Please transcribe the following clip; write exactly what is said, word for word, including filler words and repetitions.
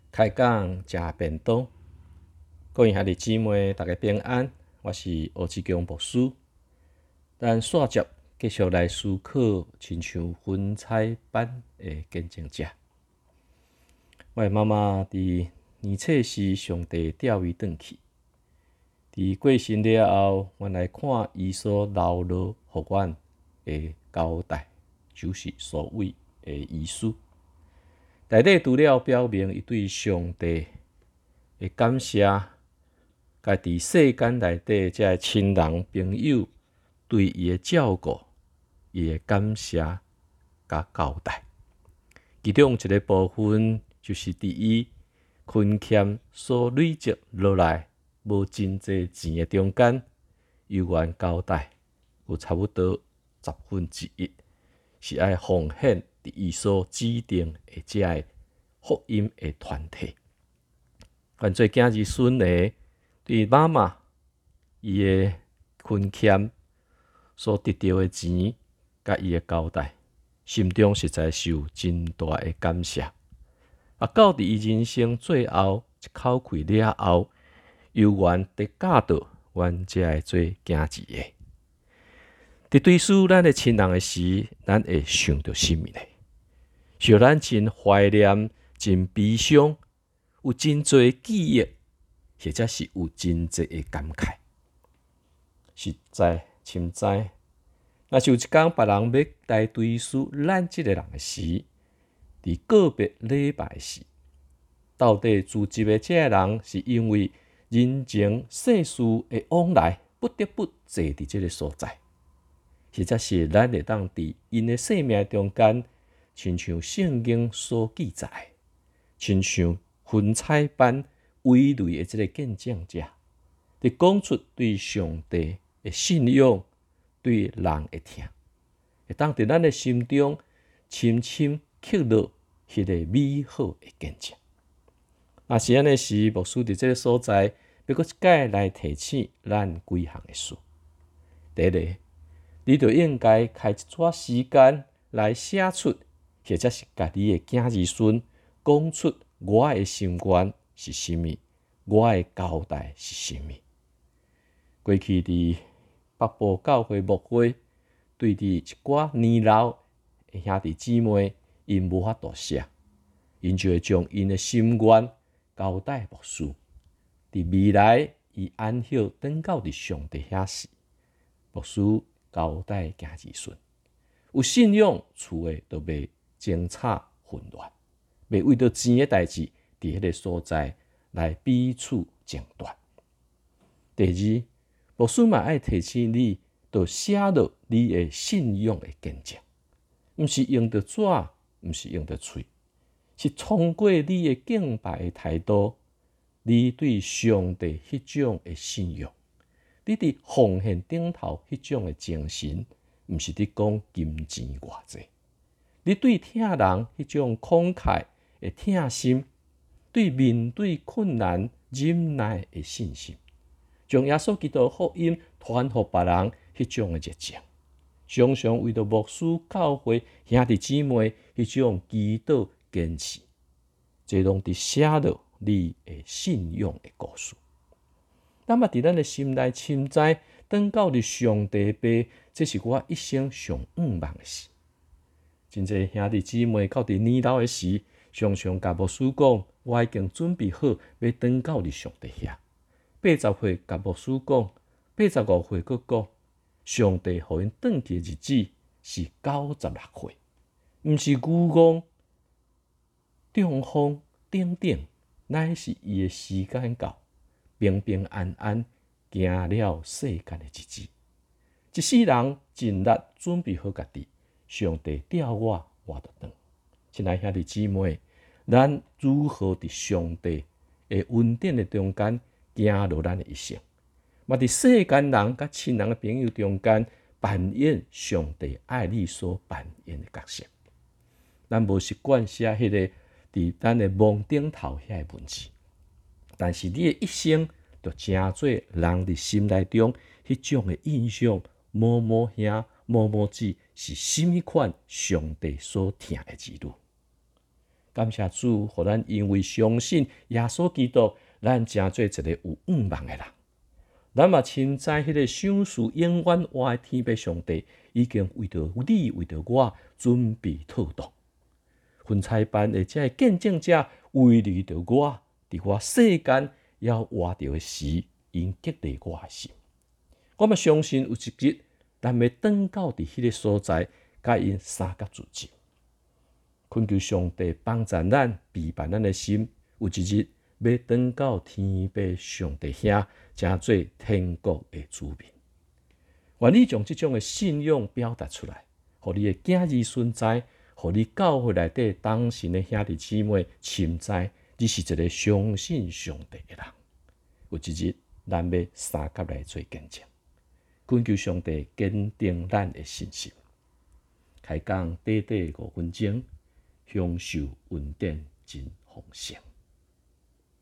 开讲食便当，各位兄弟姊妹，大家平安。我是欧志强牧师。咱续接继续来思考，亲像粉彩版的见证者。我的妈妈伫年册时，上帝调伊转去。伫过身了后，阮来看伊所留落互阮的交代，就是所谓的遗书。内底除了表明伊对上帝的感谢，家伫世间内底这亲人朋友对伊的照顾、伊的感谢甲交代。其中一个部分就是伫伊亏欠所累积落来无真济钱的中间，有阮交代有差不多十分之一是爱奉献伫伊所指定的这个福音的团体。原做囝儿孙的对妈妈伊的亏欠所得到的钱，甲伊的交代，心中实在是有真大的感谢。啊，到伫伊人生最后一口气了后，有缘得教导阮才会做囝儿的。伫对思咱的亲人的时，咱会想到什么呢？是咱真怀念、真悲伤，有真侪记忆，或者是有真侪的感慨。实在深知，若是有一天别人要来追思咱即个人的时，伫个别礼拜时，到底自集的这个人是因为人情世事的往来，不得不坐伫这个所在，或者是咱会当伫因的生命中间，亲像圣经所记载，亲像粉彩般伟类的这个见证者，伫讲出对上帝的信仰，对人的疼，会当伫咱的心中深深刻落迄个美好的见证。若是安尼时，牧师伫这个所在，要搁一解来提醒咱几项的事。第一个，你就应该开一撮时间来写出，或者是家己的囝儿孙讲出我的心愿是甚物，我的交代是甚物。过去伫北部教会牧会，对伫一寡年老的兄弟姊妹，因无法度写，因就会将因的心愿交代牧师。伫未来，伊安歇转到伫上帝遐时，牧师交代囝儿孙，有信仰厝诶都袂争吵混乱，袂为着钱诶代志伫迄个所在来彼此争端。第二，牧师嘛爱提醒你，就写落你诶信仰诶见证，毋是用着纸，毋是用着喙，是通过你诶敬拜诶态度，你对上帝迄种诶信仰，你伫奉献顶头迄种诶精神，毋是伫讲金钱偌济，你对疼人迄种慷慨诶疼心，对面对困难忍耐诶信心，将耶稣基督福音传互别人迄种诶热情，常常为着牧师、教会、兄弟姊妹迄种祈祷坚持，这拢伫写落你诶信仰诶故事。咱嘛伫咱诶心内深知，转到伫上帝边，这是我一生上愿望诶事。真济兄弟姊妹到伫年老诶时，常常甲牧师讲，我已经准备好要转到伫上帝遐。八十岁甲牧师讲，八十五岁佫讲，上帝互因转去诶日子是九十六岁，毋是牛戆、中风等等，乃是伊诶时间到，平平安安行了世间诶日子。一世人尽力准备好家己，上帝调我活得长。亲爱兄弟姊妹，咱如何伫上帝诶恩典诶中间行落咱诶一生，嘛伫世间人甲亲人诶朋友中间扮演上帝爱你所扮演诶角色。咱无习惯写迄个伫咱诶网顶头遐个文字，但是你诶一生就真做人伫心内中迄种诶印象，摸摸兄、摸摸姊是甚物款上帝所疼诶儿女。 感谢主，互咱因为相信耶稣基督，咱成做一个有盼望的人。咱嘛亲知迄个赏赐永远活的天父上帝，已经为着你、为着我准备妥当。分彩班的这见证者，为了着我，伫我世间要活着的时，因激励我的心。我嘛相信有一日，咱要转到伫迄个所在，甲因三角自治。恳求上帝帮助咱，陪伴咱的心，有一日要转到天父上帝遐，成做天国的子民。愿你将这种的信仰表达出来，互你的囝儿孙知，互你教会内底当时的兄弟姊妹深知，你是一个相信上帝的人。有一日，咱要三角来做见证，恳求上帝坚定咱的信心。开讲短短五分钟，享受恩典真丰盛。